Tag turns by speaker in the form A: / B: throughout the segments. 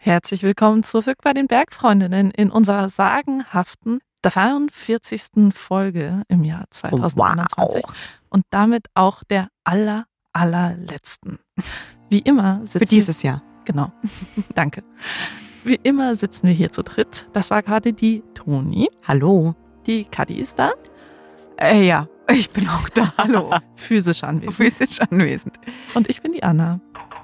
A: Herzlich willkommen zurück bei den Bergfreundinnen in unserer sagenhaften 43. Folge im Jahr 2021 und damit auch der allerletzten. Wie immer sitzen
B: für dieses Jahr.
A: Genau, danke. Wie immer sitzen wir hier zu dritt. Das war gerade die Toni.
B: Hallo.
A: Die Kadi ist da.
B: Ja, ich bin auch da. Hallo.
A: Physisch anwesend.
B: Physisch anwesend.
A: Und ich bin die Anna.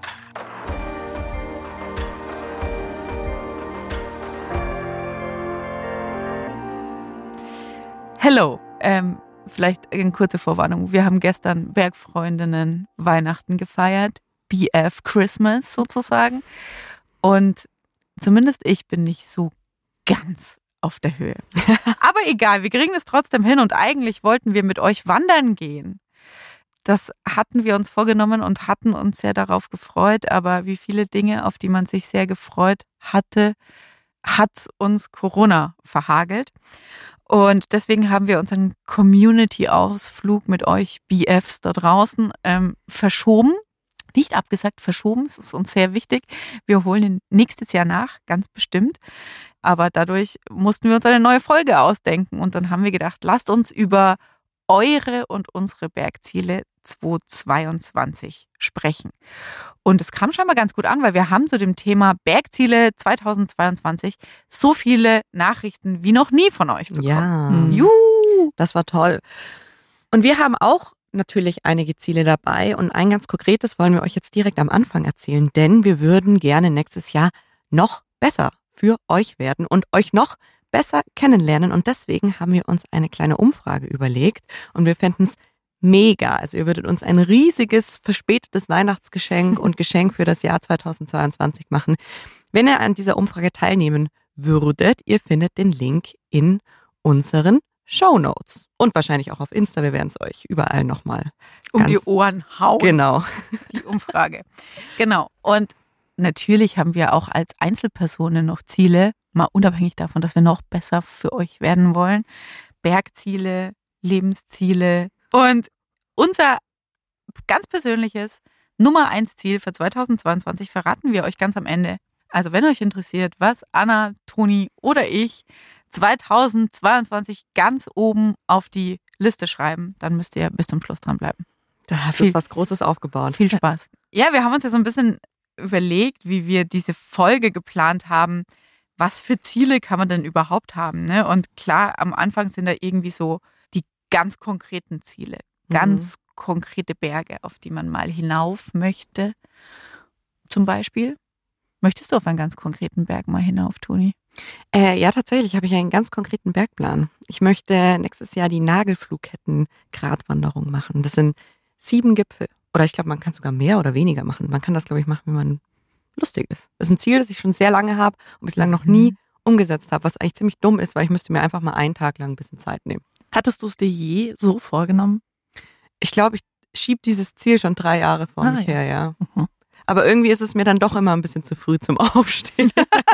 B: Hello. Vielleicht eine kurze Vorwarnung. Wir haben gestern Bergfreundinnen Weihnachten gefeiert. BF Christmas sozusagen. Und zumindest ich bin nicht so ganz auf der Höhe. Aber egal, wir kriegen es trotzdem hin und eigentlich wollten wir mit euch wandern gehen. Das hatten wir uns vorgenommen und hatten uns sehr darauf gefreut, aber wie viele Dinge, auf die man sich sehr gefreut hatte, hat uns Corona verhagelt. Und deswegen haben wir unseren Community-Ausflug mit euch BFs da draußen verschoben. Nicht abgesagt, verschoben. Es ist uns sehr wichtig. Wir holen ihn nächstes Jahr nach, ganz bestimmt. Aber dadurch mussten wir uns eine neue Folge ausdenken. Und dann haben wir gedacht, lasst uns über eure und unsere Bergziele 2022 sprechen. Und es kam scheinbar ganz gut an, weil wir haben zu dem Thema Bergziele 2022 so viele Nachrichten wie noch nie von euch bekommen.
A: Ja,
B: Juhu.
A: Das war toll.
B: Und wir haben auch natürlich einige Ziele dabei und ein ganz konkretes wollen wir euch jetzt direkt am Anfang erzählen, denn wir würden gerne nächstes Jahr noch besser für euch werden und euch noch besser kennenlernen und deswegen haben wir uns eine kleine Umfrage überlegt und wir fänden es mega. Also ihr würdet uns ein riesiges, verspätetes Weihnachtsgeschenk und Geschenk für das Jahr 2022 machen, wenn ihr an dieser Umfrage teilnehmen würdet. Ihr findet den Link in unseren Shownotes und wahrscheinlich auch auf Insta. Wir werden es euch überall nochmal
A: um die Ohren hauen.
B: Genau.
A: Die Umfrage. Genau. Und natürlich haben wir auch als Einzelpersonen noch Ziele, mal unabhängig davon, dass wir noch besser für euch werden wollen. Bergziele, Lebensziele und unser ganz persönliches Nummer 1 Ziel für 2022 verraten wir euch ganz am Ende. Also wenn euch interessiert, was Anna, Toni oder ich 2022 ganz oben auf die Liste schreiben, dann müsst ihr bis zum Schluss dranbleiben.
B: Da hast du was Großes aufgebaut.
A: Viel Spaß. Ja, wir haben uns ja so ein bisschen überlegt, wie wir diese Folge geplant haben. Was für Ziele kann man denn überhaupt haben? Ne? Und klar, am Anfang sind da irgendwie so die ganz konkreten Ziele. Ganz konkrete Berge, auf die man mal hinauf möchte. Zum Beispiel. Möchtest du auf einen ganz konkreten Berg mal hinauf, Toni?
B: Ja, tatsächlich habe ich einen ganz konkreten Bergplan. Ich möchte nächstes Jahr die Nagelflugketten-Gratwanderung machen. Das sind 7 Gipfel. Oder ich glaube, man kann sogar mehr oder weniger machen. Man kann das, glaube ich, machen, wenn man lustig ist. Das ist ein Ziel, das ich schon sehr lange habe und bislang noch nie umgesetzt habe, was eigentlich ziemlich dumm ist, weil ich müsste mir einfach mal einen Tag lang ein bisschen Zeit nehmen.
A: Hattest du es dir je so vorgenommen?
B: Ich glaube, ich schiebe dieses Ziel schon 3 Jahre vor mich her, ja. Aber irgendwie ist es mir dann doch immer ein bisschen zu früh zum Aufstehen.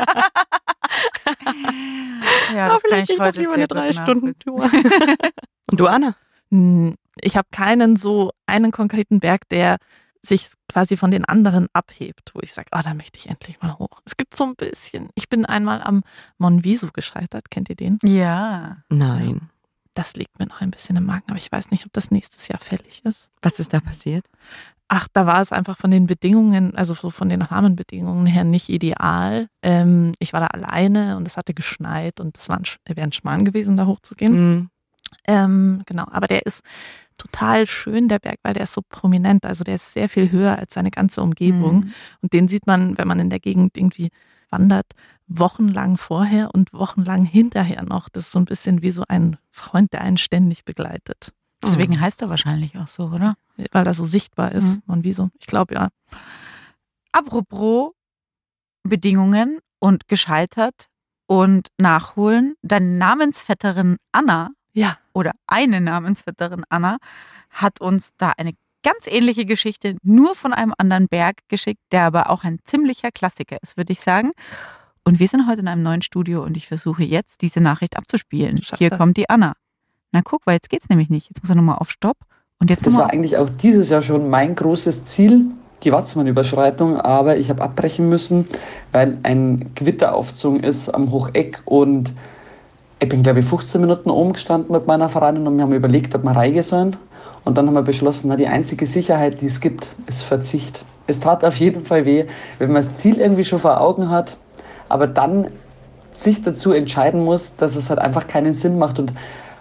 A: Ja, das kann ich heute
B: lieber eine 3-Stunden-Tour. Und du, Anna?
A: Ich habe keinen konkreten Berg, der sich quasi von den anderen abhebt, wo ich sage, da möchte ich endlich mal hoch. Es gibt so ein bisschen. Ich bin einmal am Monviso gescheitert. Kennt ihr den?
B: Ja. Nein.
A: Das liegt mir noch ein bisschen im Magen, aber ich weiß nicht, ob das nächstes Jahr fällig ist.
B: Was ist da passiert?
A: Da war es einfach von den Bedingungen, also so von den Rahmenbedingungen her nicht ideal. Ich war da alleine und es hatte geschneit und es wäre ein Schmarrn gewesen, da hochzugehen. Genau, aber der ist total schön, der Berg, weil der ist so prominent, also der ist sehr viel höher als seine ganze Umgebung und den sieht man, wenn man in der Gegend irgendwie wandert, wochenlang vorher und wochenlang hinterher noch. Das ist so ein bisschen wie so ein Freund, der einen ständig begleitet.
B: Deswegen heißt er wahrscheinlich auch so, oder?
A: Weil er so sichtbar ist. Und wieso? Ich glaube, ja.
B: Apropos Bedingungen und gescheitert und nachholen. Deine Namensvetterin Anna, oder eine Namensvetterin Anna, hat uns da eine ganz ähnliche Geschichte nur von einem anderen Berg geschickt, der aber auch ein ziemlicher Klassiker ist, würde ich sagen. Und wir sind heute in einem neuen Studio und ich versuche jetzt, diese Nachricht abzuspielen. Hier kommt die Anna. Na guck, weil jetzt geht's nämlich nicht. Jetzt muss er nochmal auf Stopp. Und jetzt
C: das war eigentlich auch dieses Jahr schon mein großes Ziel, die Watzmann-Überschreitung, aber ich habe abbrechen müssen, weil ein Gewitter aufgezogen ist am Hocheck und ich bin, glaube ich, 15 Minuten oben gestanden mit meiner Freundin und wir haben überlegt, ob wir reingehen sollen. Und dann haben wir beschlossen, na, die einzige Sicherheit, die es gibt, ist Verzicht. Es tat auf jeden Fall weh, wenn man das Ziel irgendwie schon vor Augen hat, aber dann sich dazu entscheiden muss, dass es halt einfach keinen Sinn macht. Und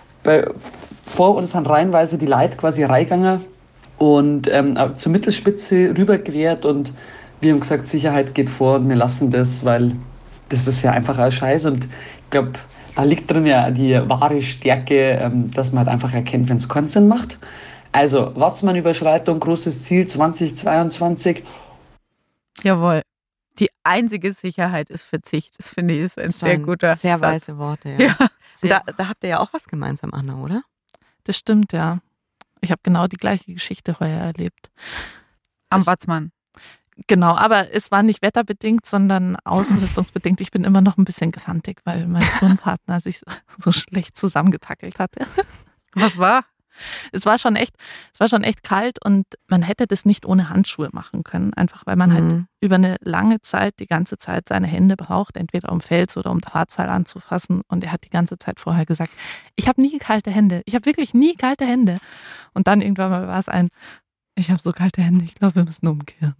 C: vor uns sind reihenweise die Leute quasi reingegangen und zur Mittelspitze rüberquert und wir haben gesagt, Sicherheit geht vor und wir lassen das, weil das ist ja einfach ein Scheiß und ich glaube, da liegt drin ja die wahre Stärke, dass man halt einfach erkennt, wenn es keinen Sinn macht. Also, Watzmann-Überschreitung, großes Ziel 2022.
A: Jawohl. Die einzige Sicherheit ist Verzicht. Das finde ich ist ein sehr guter
D: sehr
A: Satz.
D: weise Worte, ja. Da habt ihr ja auch was gemeinsam, Anna, oder?
B: Das stimmt, ja. Ich habe genau die gleiche Geschichte heuer erlebt.
A: Am Watzmann.
B: Genau, aber es war nicht wetterbedingt, sondern ausrüstungsbedingt. Ich bin immer noch ein bisschen grantig, weil mein Turnpartner sich so schlecht zusammengepackelt hatte.
A: Was war?
B: Es war schon echt kalt und man hätte das nicht ohne Handschuhe machen können. Einfach weil man halt über eine lange Zeit, die ganze Zeit seine Hände braucht, entweder um Fels oder um Drahtseil anzufassen. Und er hat die ganze Zeit vorher gesagt, ich habe nie kalte Hände. Ich habe wirklich nie kalte Hände. Und dann irgendwann mal war es ich habe so kalte Hände, ich glaube, wir müssen umkehren.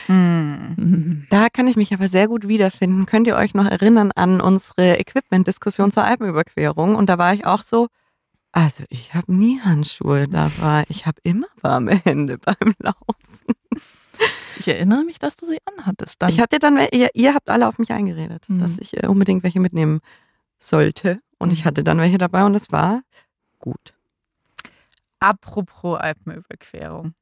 D: Da kann ich mich aber sehr gut wiederfinden. Könnt ihr euch noch erinnern an unsere Equipment-Diskussion zur Alpenüberquerung? Und da war ich auch so, also ich habe nie Handschuhe dabei. Ich habe immer warme Hände beim Laufen.
B: Ich erinnere mich, dass du sie anhattest. Dann.
D: Ich hatte dann, ihr habt alle auf mich eingeredet, dass ich unbedingt welche mitnehmen sollte. Und ich hatte dann welche dabei und es war gut.
A: Apropos Alpenüberquerung.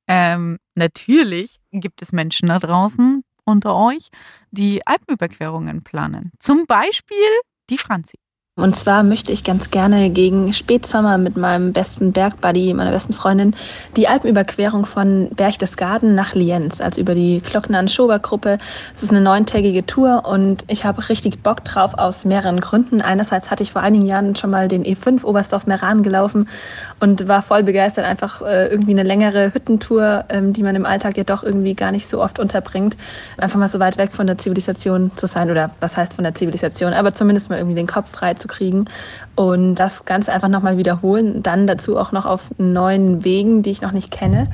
A: Natürlich gibt es Menschen da draußen unter euch, die Alpenüberquerungen planen. Zum Beispiel die Franzi.
E: Und zwar möchte ich ganz gerne gegen Spätsommer mit meinem besten Bergbuddy, meiner besten Freundin, die Alpenüberquerung von Berchtesgaden nach Lienz, also über die Klockner-Schober-Gruppe. Es ist eine 9-tägige Tour und ich habe richtig Bock drauf aus mehreren Gründen. Einerseits hatte ich vor einigen Jahren schon mal den E5 Oberstdorf-Meran gelaufen und war voll begeistert, einfach irgendwie eine längere Hüttentour, die man im Alltag ja doch irgendwie gar nicht so oft unterbringt. Einfach mal so weit weg von der Zivilisation zu sein, oder was heißt von der Zivilisation, aber zumindest mal irgendwie den Kopf frei zu kriegen und das Ganze einfach nochmal wiederholen. Dann dazu auch noch auf neuen Wegen, die ich noch nicht kenne.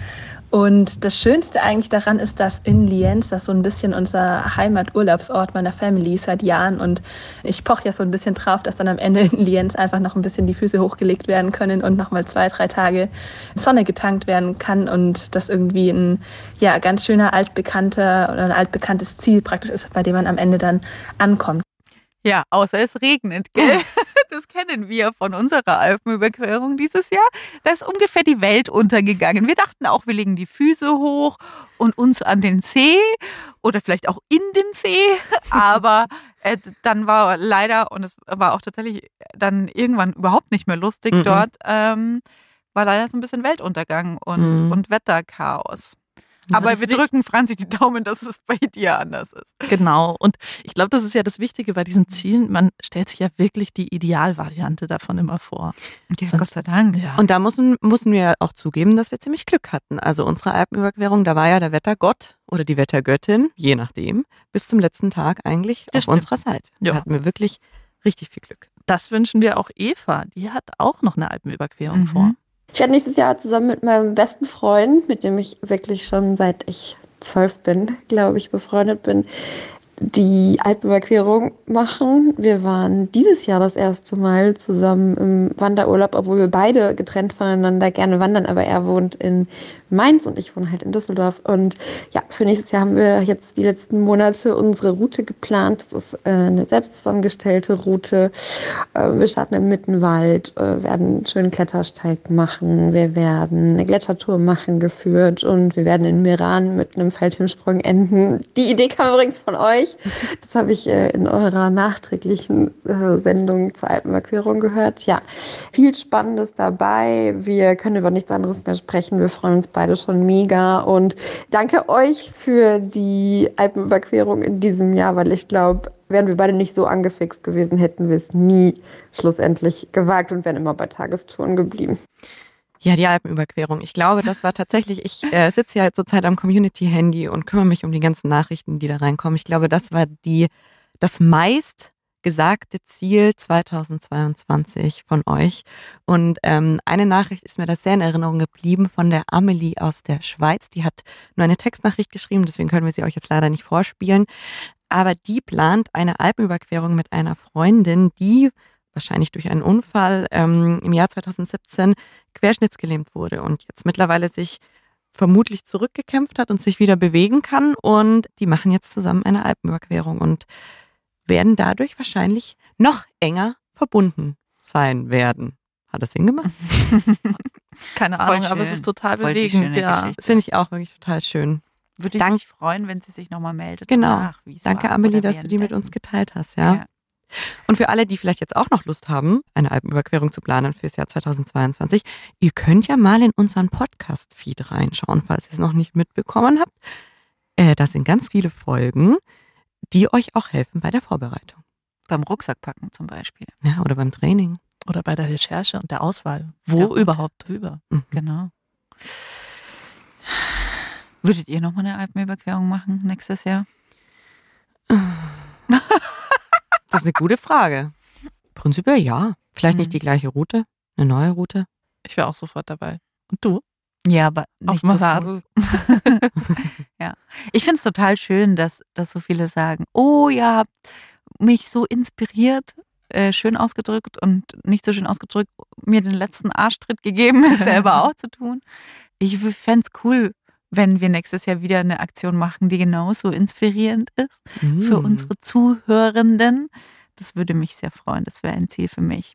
E: Und das Schönste eigentlich daran ist, dass in Lienz, das ist so ein bisschen unser Heimaturlaubsort meiner Family seit Jahren und ich poche ja so ein bisschen drauf, dass dann am Ende in Lienz einfach noch ein bisschen die Füße hochgelegt werden können und nochmal 2-3 Tage Sonne getankt werden kann und das irgendwie ein ganz schöner altbekannter oder ein altbekanntes Ziel praktisch ist, bei dem man am Ende dann ankommt.
A: Ja, außer es regnet, gell? Das kennen wir von unserer Alpenüberquerung dieses Jahr. Da ist ungefähr die Welt untergegangen. Wir dachten auch, wir legen die Füße hoch und uns an den See oder vielleicht auch in den See. Aber dann war leider, und es war auch tatsächlich dann irgendwann überhaupt nicht mehr lustig dort, war leider so ein bisschen Weltuntergang und Wetterchaos. Aber wir drücken Franzi die Daumen, dass es bei dir anders ist.
B: Genau. Und ich glaube, das ist ja das Wichtige bei diesen Zielen. Man stellt sich ja wirklich die Idealvariante davon immer vor.
A: Ja, Gott sei Dank.
D: Ja. Und da mussten wir auch zugeben, dass wir ziemlich Glück hatten. Also unsere Alpenüberquerung, da war ja der Wettergott oder die Wettergöttin, je nachdem, bis zum letzten Tag eigentlich auf unserer Seite. Da hatten wir wirklich richtig viel Glück.
B: Das wünschen wir auch Eva. Die hat auch noch eine Alpenüberquerung vor.
F: Ich werde nächstes Jahr zusammen mit meinem besten Freund, mit dem ich wirklich schon seit ich 12 bin, glaube ich, befreundet bin, die Alpenüberquerung machen. Wir waren dieses Jahr das erste Mal zusammen im Wanderurlaub, obwohl wir beide getrennt voneinander gerne wandern, aber er wohnt in Mainz und ich wohne halt in Düsseldorf. Und ja, für nächstes Jahr haben wir jetzt die letzten Monate unsere Route geplant. Das ist eine selbst zusammengestellte Route. Wir starten im Mittenwald, werden einen schönen Klettersteig machen. Wir werden eine Gletschertour machen, geführt. Und wir werden in Meran mit einem Fallschirmsprung enden. Die Idee kam übrigens von euch. Das habe ich in eurer nachträglichen Sendung zur Alpenüberquerung gehört. Ja, viel Spannendes dabei. Wir können über nichts anderes mehr sprechen. Wir freuen uns beide schon mega und danke euch für die Alpenüberquerung in diesem Jahr, weil ich glaube, wären wir beide nicht so angefixt gewesen, hätten wir es nie schlussendlich gewagt und wären immer bei Tagestouren geblieben.
D: Ja, die Alpenüberquerung. Ich glaube, das war tatsächlich, ich sitze ja zurzeit am Community-Handy und kümmere mich um die ganzen Nachrichten, die da reinkommen. Ich glaube, das war das meist gesagte Ziel 2022 von euch. Und eine Nachricht ist mir da sehr in Erinnerung geblieben von der Amelie aus der Schweiz. Die hat nur eine Textnachricht geschrieben, deswegen können wir sie euch jetzt leider nicht vorspielen. Aber die plant eine Alpenüberquerung mit einer Freundin, die wahrscheinlich durch einen Unfall im Jahr 2017 querschnittsgelähmt wurde und jetzt mittlerweile sich vermutlich zurückgekämpft hat und sich wieder bewegen kann. Und die machen jetzt zusammen eine Alpenüberquerung und werden dadurch wahrscheinlich noch enger verbunden sein werden. Hat das Sinn gemacht?
G: Keine Ahnung, aber es ist total bewegend. Ja.
D: Das finde ich auch wirklich total schön.
B: Würde ich mich freuen, wenn sie sich nochmal meldet.
D: Genau. Danke, Amelie, dass du die mit uns geteilt hast. Ja. Und für alle, die vielleicht jetzt auch noch Lust haben, eine Alpenüberquerung zu planen fürs Jahr 2022, ihr könnt ja mal in unseren Podcast-Feed reinschauen, falls ihr es noch nicht mitbekommen habt. Da sind ganz viele Folgen, die euch auch helfen bei der Vorbereitung.
B: Beim Rucksackpacken zum Beispiel.
D: Ja, oder beim Training.
G: Oder bei der Recherche und der Auswahl. Wo überhaupt drüber?
D: Mhm.
B: Genau. Würdet ihr nochmal eine Alpenüberquerung machen nächstes Jahr?
D: Das ist eine gute Frage. Prinzipiell ja. Vielleicht nicht die gleiche Route, eine neue Route.
G: Ich wäre auch sofort dabei. Und du?
B: Ja, aber nicht
G: Auf
B: zu Fuß. Ja. Ich finde es total schön, dass so viele sagen, oh ja, habt mich so inspiriert, schön ausgedrückt und nicht so schön ausgedrückt, mir den letzten Arschtritt gegeben, es selber auch zu tun. Ich fände es cool, wenn wir nächstes Jahr wieder eine Aktion machen, die genauso inspirierend ist für unsere Zuhörenden. Das würde mich sehr freuen. Das wäre ein Ziel für mich.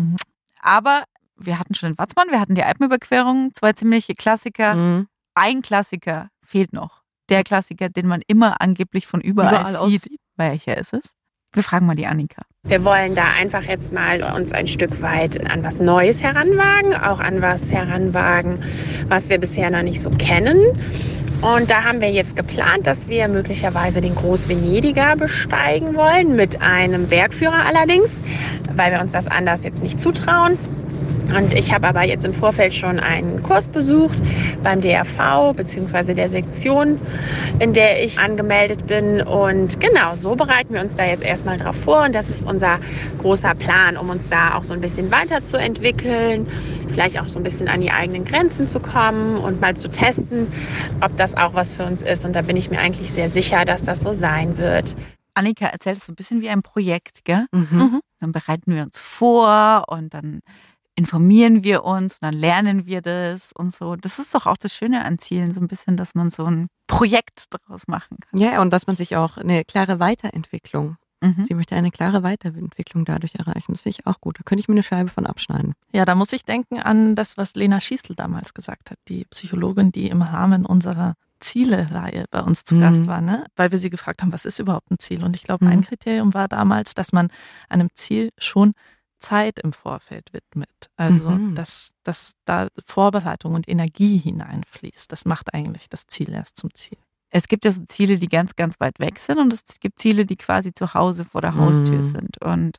B: Aber wir hatten schon den Watzmann, wir hatten die Alpenüberquerung, 2 ziemliche Klassiker. Ein Klassiker fehlt noch. Der Klassiker, den man immer angeblich von überall sieht. Welcher ist es? Wir fragen mal die Annika.
H: Wir wollen da einfach jetzt mal uns ein Stück weit an was Neues heranwagen, auch an was heranwagen, was wir bisher noch nicht so kennen. Und da haben wir jetzt geplant, dass wir möglicherweise den Groß-Venediger besteigen wollen, mit einem Bergführer allerdings, weil wir uns das anders jetzt nicht zutrauen. Und ich habe aber jetzt im Vorfeld schon einen Kurs besucht beim DRV bzw. der Sektion, in der ich angemeldet bin. Und genau, so bereiten wir uns da jetzt erstmal drauf vor. Und das ist unser großer Plan, um uns da auch so ein bisschen weiterzuentwickeln, vielleicht auch so ein bisschen an die eigenen Grenzen zu kommen und mal zu testen, ob das auch was für uns ist. Und da bin ich mir eigentlich sehr sicher, dass das so sein wird.
B: Annika erzählt es so ein bisschen wie ein Projekt, gell? Dann bereiten wir uns vor und dann informieren wir uns und dann lernen wir das und so. Das ist doch auch das Schöne an Zielen, so ein bisschen, dass man so ein Projekt daraus machen kann.
D: Ja, und dass man sich auch eine klare Weiterentwicklung, sie möchte eine klare Weiterentwicklung dadurch erreichen. Das finde ich auch gut. Da könnte ich mir eine Scheibe von abschneiden.
G: Ja, da muss ich denken an das, was Lena Schiestel damals gesagt hat, die Psychologin, die im Rahmen unserer Ziele-Reihe bei uns zu Gast war, ne? Weil wir sie gefragt haben, was ist überhaupt ein Ziel? Und ich glaube, ein Kriterium war damals, dass man einem Ziel schon Zeit im Vorfeld widmet. Also, dass da Vorbereitung und Energie hineinfließt. Das macht eigentlich das Ziel erst zum Ziel.
B: Es gibt ja so Ziele, die ganz, ganz weit weg sind und es gibt Ziele, die quasi zu Hause vor der Haustür sind. Und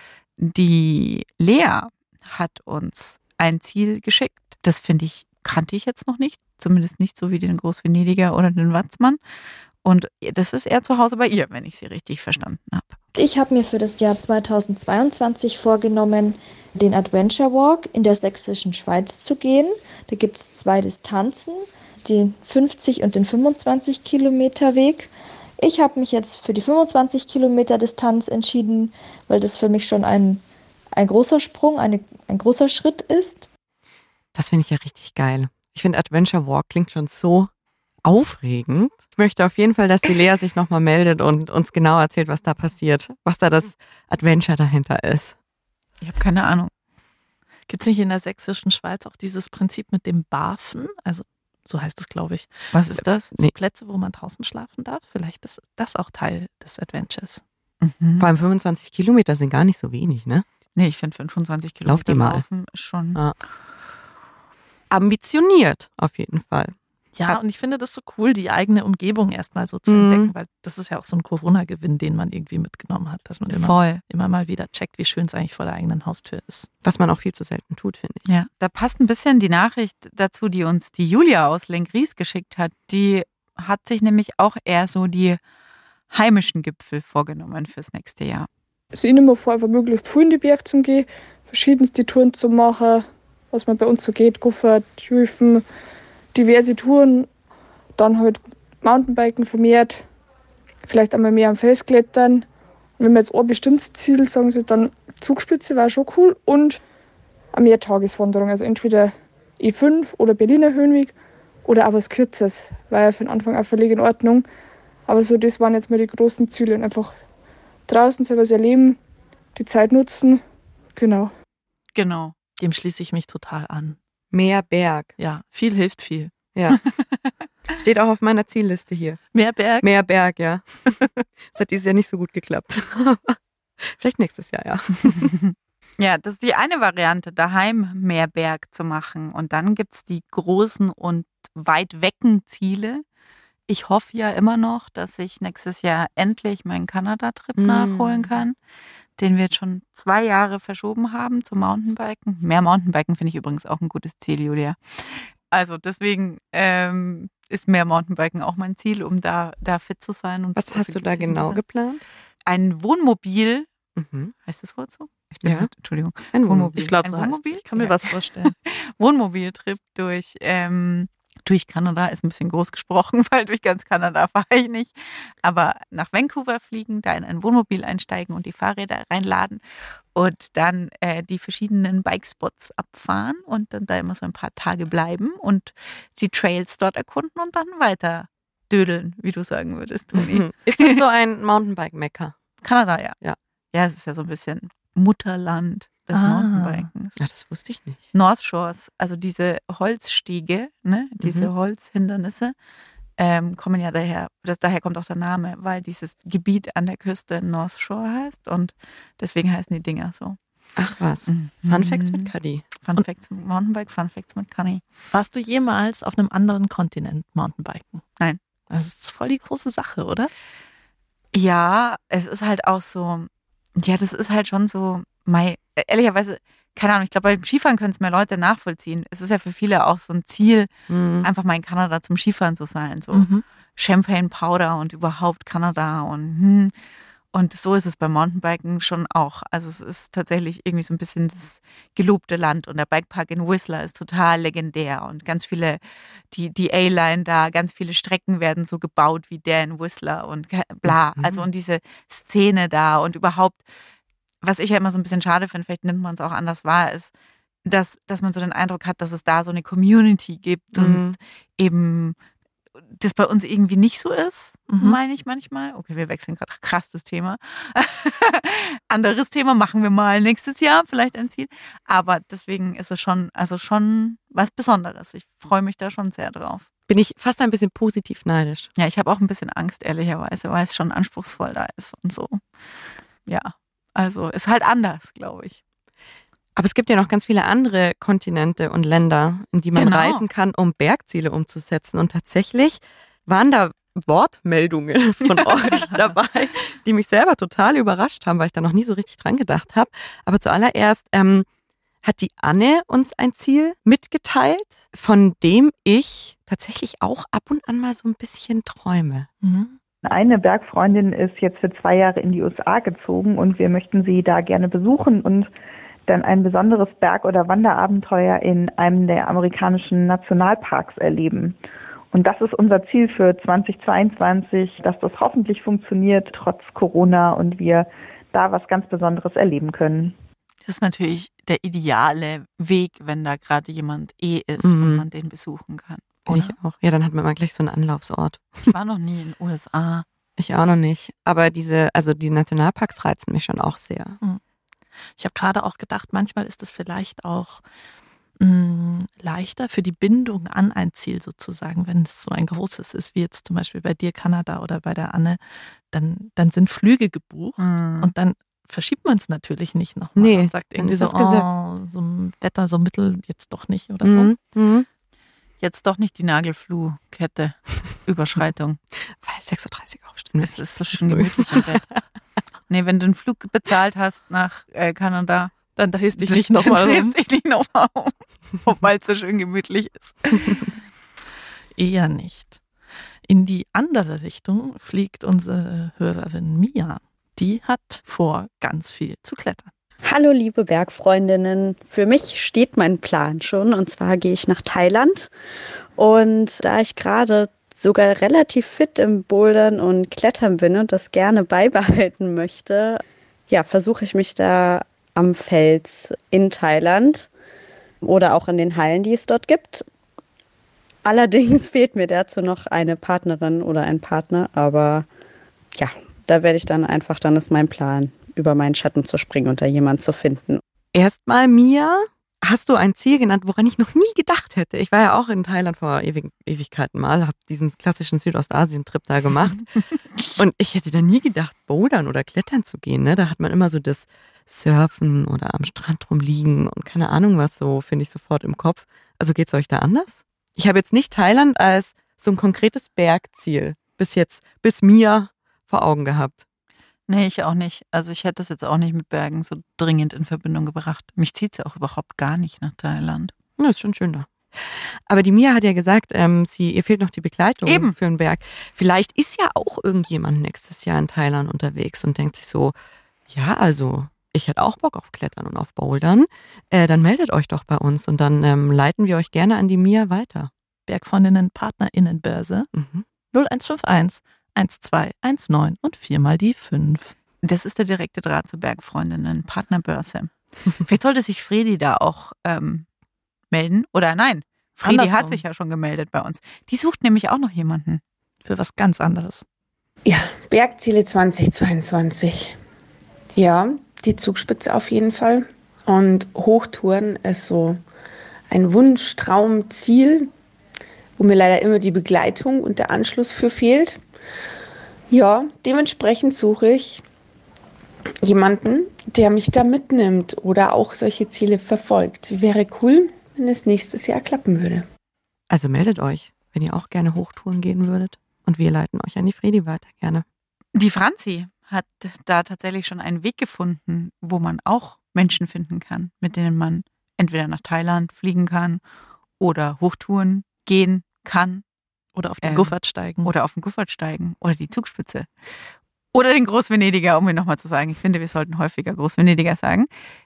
B: die Lea hat uns ein Ziel geschickt. Das kannte ich jetzt noch nicht. Zumindest nicht so wie den Groß-Venediger oder den Watzmann. Und das ist eher zu Hause bei ihr, wenn ich sie richtig verstanden habe.
I: Ich habe mir für das Jahr 2022 vorgenommen, den Adventure Walk in der sächsischen Schweiz zu gehen. Da gibt es 2 Distanzen, den 50 und den 25 Kilometer Weg. Ich habe mich jetzt für die 25 Kilometer Distanz entschieden, weil das für mich schon ein großer Sprung, ein großer Schritt ist.
D: Das finde ich ja richtig geil. Ich finde Adventure Walk klingt schon so aufregend. Ich möchte auf jeden Fall, dass die Lea sich nochmal meldet und uns genau erzählt, was da passiert, was da das Adventure dahinter ist.
B: Ich habe keine Ahnung.
G: Gibt es nicht in der sächsischen Schweiz auch dieses Prinzip mit dem Barfen? Also so heißt es, glaube ich.
B: Was ist das?
G: So Plätze, wo man draußen schlafen darf. Vielleicht ist das auch Teil des Adventures.
D: Vor allem 25 Kilometer sind gar nicht so wenig, ne?
B: Nee, ich finde 25 Kilometer
D: Lauf die mal.
B: Laufen schon...
D: Ja. Ambitioniert, auf jeden Fall.
G: Ja, und ich finde das so cool, die eigene Umgebung erstmal so zu entdecken, weil das ist ja auch so ein Corona-Gewinn, den man irgendwie mitgenommen hat, dass man immer mal wieder checkt, wie schön es eigentlich vor der eigenen Haustür ist.
D: Was man auch viel zu selten tut, finde ich.
B: Ja, da passt ein bisschen die Nachricht dazu, die uns die Julia aus Lenkries geschickt hat. Die hat sich nämlich auch eher so die heimischen Gipfel vorgenommen fürs nächste Jahr.
J: Also ich nehme mir vor, einfach möglichst früh in die Berge zu gehen, verschiedenste Touren zu machen, was man bei uns so geht, Guffert, Hüfen, diverse Touren, dann halt Mountainbiken vermehrt, vielleicht einmal mehr am Fels klettern. Und wenn wir jetzt ein bestimmtes Ziel, sagen sie dann Zugspitze war schon cool und eine Mehrtageswanderung, also entweder E5 oder Berliner Höhenweg oder auch was Kürzes, war ja für den Anfang auch völlig in Ordnung. Aber so, das waren jetzt mal die großen Ziele und einfach draußen selber was erleben, die Zeit nutzen, genau.
B: Genau.
G: Dem schließe ich mich total an.
D: Mehr Berg.
G: Ja, viel hilft viel.
D: Ja. Steht auch auf meiner Zielliste hier.
G: Mehr Berg?
D: Mehr Berg, ja. Das hat dieses Jahr nicht so gut geklappt. Vielleicht nächstes Jahr, ja.
B: Ja, das ist die eine Variante, daheim mehr Berg zu machen. Und dann gibt es die großen und weit wecken Ziele. Ich hoffe ja immer noch, dass ich nächstes Jahr endlich meinen Kanada-Trip nachholen kann, den wir jetzt schon 2 Jahre verschoben haben zum Mountainbiken. Mehr Mountainbiken finde ich übrigens auch ein gutes Ziel, Julia. Also deswegen ist mehr Mountainbiken auch mein Ziel, um da fit zu sein. Und
D: was hast du da genau geplant?
B: Ein Wohnmobil. Heißt das Wort so? Entschuldigung.
D: Ein Wohnmobil.
G: Ich glaube, so heißt es. Ich kann mir was vorstellen.
B: Wohnmobiltrip durch Kanada ist ein bisschen groß gesprochen, weil durch ganz Kanada fahre ich nicht. Aber nach Vancouver fliegen, da in ein Wohnmobil einsteigen und die Fahrräder reinladen und dann die verschiedenen Bikespots abfahren und dann da immer so ein paar Tage bleiben und die Trails dort erkunden und dann weiter dödeln, wie du sagen würdest, Toni.
D: Ist das so ein Mountainbike-Mecker?
B: Kanada, ja.
D: Ja.
B: Ja, es ist ja so ein bisschen Mutterland des Mountainbikens.
D: Ja, das wusste ich nicht.
B: North Shores, also diese Holzstiege, ne, diese Holzhindernisse, kommen ja daher, daher kommt auch der Name, weil dieses Gebiet an der Küste North Shore heißt und deswegen heißen die Dinger so.
D: Ach was, Fun Facts mit Kadi.
B: Fun Facts mit Mountainbike, Fun Facts mit Kadi.
G: Warst du jemals auf einem anderen Kontinent Mountainbiken?
B: Nein.
G: Das ist voll die große Sache, oder?
B: Ja, es ist halt auch so, ja, das ist halt schon so, ehrlicherweise, keine Ahnung, ich glaube, beim Skifahren können es mehr Leute nachvollziehen. Es ist ja für viele auch so ein Ziel, einfach mal in Kanada zum Skifahren zu sein. So Champagne Powder und überhaupt Kanada und so ist es beim Mountainbiken schon auch. Also es ist tatsächlich irgendwie so ein bisschen das gelobte Land und der Bikepark in Whistler ist total legendär und ganz viele, die A-Line da, ganz viele Strecken werden so gebaut wie der in Whistler und bla. Also und diese Szene da und überhaupt, was ich ja immer so ein bisschen schade finde, vielleicht nimmt man es auch anders wahr, ist, dass man so den Eindruck hat, dass es da so eine Community gibt und eben das bei uns irgendwie nicht so ist, meine ich manchmal. Okay, wir wechseln gerade krass das Thema. Anderes Thema machen wir mal nächstes Jahr, vielleicht ein Ziel. Aber deswegen ist es schon was Besonderes. Ich freue mich da schon sehr drauf.
D: Bin ich fast ein bisschen positiv neidisch.
B: Ja, ich habe auch ein bisschen Angst, ehrlicherweise, weil es schon anspruchsvoll da ist und so. Ja, also ist halt anders, glaube ich.
D: Aber es gibt ja noch ganz viele andere Kontinente und Länder, in die man reisen kann, um Bergziele umzusetzen. Und tatsächlich waren da Wortmeldungen von euch dabei, die mich selber total überrascht haben, weil ich da noch nie so richtig dran gedacht habe. Aber zuallererst hat die Anne uns ein Ziel mitgeteilt, von dem ich tatsächlich auch ab und an mal so ein bisschen träume.
K: Eine Bergfreundin ist jetzt für 2 Jahre in die USA gezogen und wir möchten sie da gerne besuchen und dann ein besonderes Berg- oder Wanderabenteuer in einem der amerikanischen Nationalparks erleben. Und das ist unser Ziel für 2022, dass das hoffentlich funktioniert, trotz Corona, und wir da was ganz Besonderes erleben können.
B: Das ist natürlich der ideale Weg, wenn da gerade jemand ist und man den besuchen kann.
D: Oder? Ich auch. Ja, dann hat man mal gleich so einen Anlaufsort.
B: Ich war noch nie in den USA.
D: Ich auch noch nicht. Aber die Nationalparks reizen mich schon auch sehr.
G: Ich habe gerade auch gedacht, manchmal ist es vielleicht auch leichter für die Bindung an ein Ziel sozusagen, wenn es so ein großes ist, wie jetzt zum Beispiel bei dir Kanada oder bei der Anne, dann sind Flüge gebucht und dann verschiebt man es natürlich nicht nochmal und sagt irgendwie so, so ein Wetter so mittel jetzt doch nicht oder so.
B: Jetzt doch nicht die Nagelfluh-Kette. Überschreitung.
D: Weil 6:30 Uhr aufstehen.
B: Es ist so schön gemütlich im Bett. Nee, wenn du einen Flug bezahlt hast nach Kanada,
G: dann drehst dich nicht nochmal
B: um, weil es so schön gemütlich ist.
G: Eher nicht. In die andere Richtung fliegt unsere Hörerin Mia. Die hat vor, ganz viel zu klettern.
L: Hallo liebe Bergfreundinnen, für mich steht mein Plan schon und zwar gehe ich nach Thailand und da ich gerade sogar relativ fit im Bouldern und Klettern bin und das gerne beibehalten möchte, ja, versuche ich mich da am Fels in Thailand oder auch in den Hallen, die es dort gibt. Allerdings fehlt mir dazu noch eine Partnerin oder ein Partner, aber ja, da werde ich dann ist mein Plan, über meinen Schatten zu springen und da jemanden zu finden.
D: Erstmal, Mia, hast du ein Ziel genannt, woran ich noch nie gedacht hätte? Ich war ja auch in Thailand vor Ewigkeiten mal, habe diesen klassischen Südostasien-Trip da gemacht und ich hätte da nie gedacht, bouldern oder klettern zu gehen. Ne? Da hat man immer so das Surfen oder am Strand rumliegen und keine Ahnung was, so finde ich sofort im Kopf. Also geht's euch da anders? Ich habe jetzt nicht Thailand als so ein konkretes Bergziel bis Mia vor Augen gehabt.
B: Nee, ich auch nicht. Also ich hätte das jetzt auch nicht mit Bergen so dringend in Verbindung gebracht. Mich zieht es ja auch überhaupt gar nicht nach Thailand.
D: Ja, ist schon schön da. Aber die Mia hat ja gesagt, ihr fehlt noch die Begleitung für einen Berg. Vielleicht ist ja auch irgendjemand nächstes Jahr in Thailand unterwegs und denkt sich so, ja, also ich hätte auch Bock auf Klettern und auf Bouldern. Dann meldet euch doch bei uns und dann leiten wir euch gerne an die Mia weiter.
G: Bergfreundinnen Partnerinnenbörse 0151 1219 und 4 mal die 5.
B: Das ist der direkte Draht zu Bergfreundinnen, Partnerbörse. Vielleicht sollte sich Fredi da auch melden. Oder nein, Fredi hat sich ja schon gemeldet bei uns. Die sucht nämlich auch noch jemanden.
G: Für was ganz anderes.
H: Ja, Bergziele 2022. Ja, die Zugspitze auf jeden Fall. Und Hochtouren ist so ein Wunsch, Traum, Ziel, wo mir leider immer die Begleitung und der Anschluss für fehlt. Ja, dementsprechend suche ich jemanden, der mich da mitnimmt oder auch solche Ziele verfolgt. Wäre cool, wenn es nächstes Jahr klappen würde.
D: Also meldet euch, wenn ihr auch gerne Hochtouren gehen würdet. Und wir leiten euch an die Fredi weiter, gerne.
B: Die Franzi hat da tatsächlich schon einen Weg gefunden, wo man auch Menschen finden kann, mit denen man entweder nach Thailand fliegen kann oder Hochtouren gehen kann.
G: Oder auf den Guffert steigen.
B: Oder auf den Guffert steigen. Oder die Zugspitze. Oder den Großvenediger, um mir nochmal zu sagen. Ich finde, wir sollten häufiger Großvenediger sagen.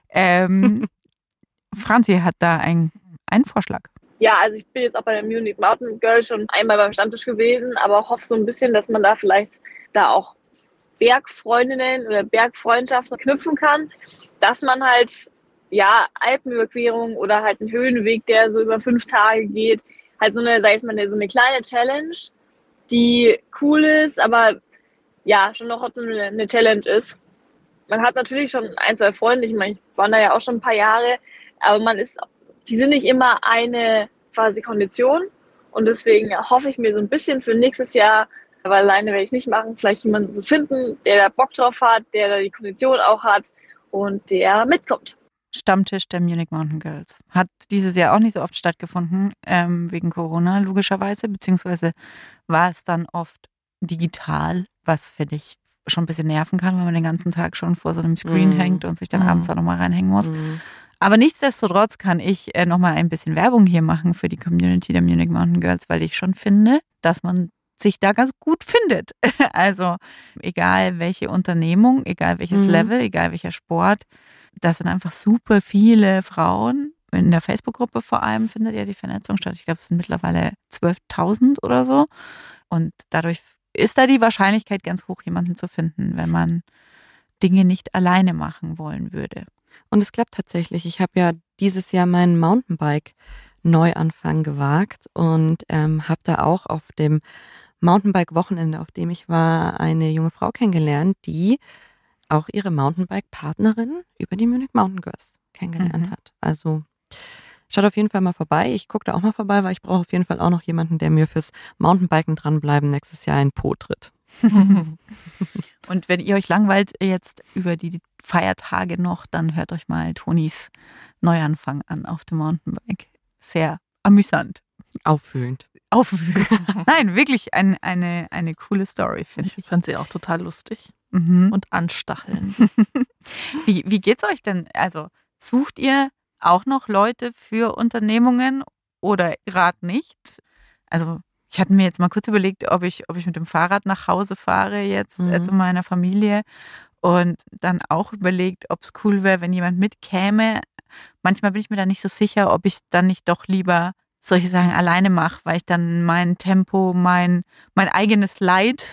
B: Franzi hat da einen Vorschlag.
J: Ja, also ich bin jetzt auch bei der Munich Mountain Girl schon einmal beim Stammtisch gewesen, aber hoffe so ein bisschen, dass man da vielleicht auch Bergfreundinnen oder Bergfreundschaften knüpfen kann, dass man halt, ja, Alpenüberquerung oder halt einen Höhenweg, der so über 5 Tage geht, halt so eine kleine Challenge, die cool ist, aber ja, schon noch trotzdem eine Challenge ist. Man hat natürlich schon 1, 2 Freunde, ich meine, ich war da ja auch schon ein paar Jahre, aber die sind nicht immer eine quasi Kondition und deswegen hoffe ich mir so ein bisschen für nächstes Jahr, weil alleine werde ich es nicht machen, vielleicht jemanden zu finden, der da Bock drauf hat, der da die Kondition auch hat und der mitkommt.
B: Stammtisch der Munich Mountain Girls. Hat dieses Jahr auch nicht so oft stattgefunden, wegen Corona logischerweise, beziehungsweise war es dann oft digital, was, finde ich, schon ein bisschen nerven kann, wenn man den ganzen Tag schon vor so einem Screen hängt und sich dann abends auch nochmal reinhängen muss. Aber nichtsdestotrotz kann ich nochmal ein bisschen Werbung hier machen für die Community der Munich Mountain Girls, weil ich schon finde, dass man sich da ganz gut findet. Also egal welche Unternehmung, egal welches Level, egal welcher Sport, das sind einfach super viele Frauen. In der Facebook-Gruppe vor allem findet ja die Vernetzung statt. Ich glaube, es sind mittlerweile 12.000 oder so. Und dadurch ist da die Wahrscheinlichkeit ganz hoch, jemanden zu finden, wenn man Dinge nicht alleine machen wollen würde.
D: Und es klappt tatsächlich. Ich habe ja dieses Jahr meinen Mountainbike-Neuanfang gewagt und habe da auch auf dem Mountainbike-Wochenende, auf dem ich war, eine junge Frau kennengelernt, die auch ihre Mountainbike-Partnerin über die Munich Mountain Girls kennengelernt hat. Also schaut auf jeden Fall mal vorbei. Ich gucke da auch mal vorbei, weil ich brauche auf jeden Fall auch noch jemanden, der mir fürs Mountainbiken dranbleiben nächstes Jahr in Po tritt.
B: Und wenn ihr euch langweilt jetzt über die Feiertage noch, dann hört euch mal Tonis Neuanfang an auf dem Mountainbike. Sehr amüsant.
D: Auffühlend.
B: Nein, wirklich eine coole Story, finde ich.
G: Ich fand sie auch total lustig
B: Mhm.
G: und anstachelnd.
B: Wie geht's euch denn? Also sucht ihr auch noch Leute für Unternehmungen oder gerade nicht? Also ich hatte mir jetzt mal kurz überlegt, ob ich mit dem Fahrrad nach Hause fahre jetzt zu meiner Familie und dann auch überlegt, ob es cool wäre, wenn jemand mitkäme. Manchmal bin ich mir da nicht so sicher, ob ich dann nicht doch lieber solche Sachen alleine mache, weil ich dann mein Tempo, mein eigenes Leid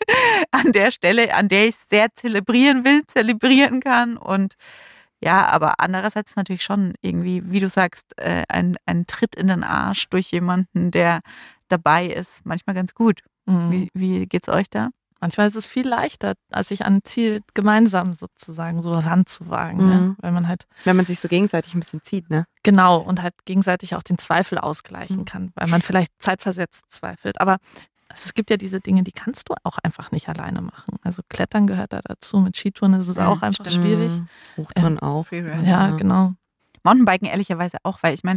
B: an der Stelle, an der ich es sehr zelebrieren kann. Und ja, aber andererseits natürlich schon irgendwie, wie du sagst, ein Tritt in den Arsch durch jemanden, der dabei ist, manchmal ganz gut. Wie geht's euch da?
G: Manchmal ist es viel leichter, als sich an ein Ziel gemeinsam sozusagen so ranzuwagen. Ne? Weil man halt,
D: wenn man sich so gegenseitig ein bisschen zieht, ne?
G: Genau, und halt gegenseitig auch den Zweifel ausgleichen kann, weil man vielleicht zeitversetzt zweifelt. Aber es gibt ja diese Dinge, die kannst du auch einfach nicht alleine machen. Also Klettern gehört da dazu, mit Skitouren ist es auch einfach schwierig.
D: Hochtouren auch.
G: Ja, genau.
B: Mountainbiken ehrlicherweise auch, weil ich meine,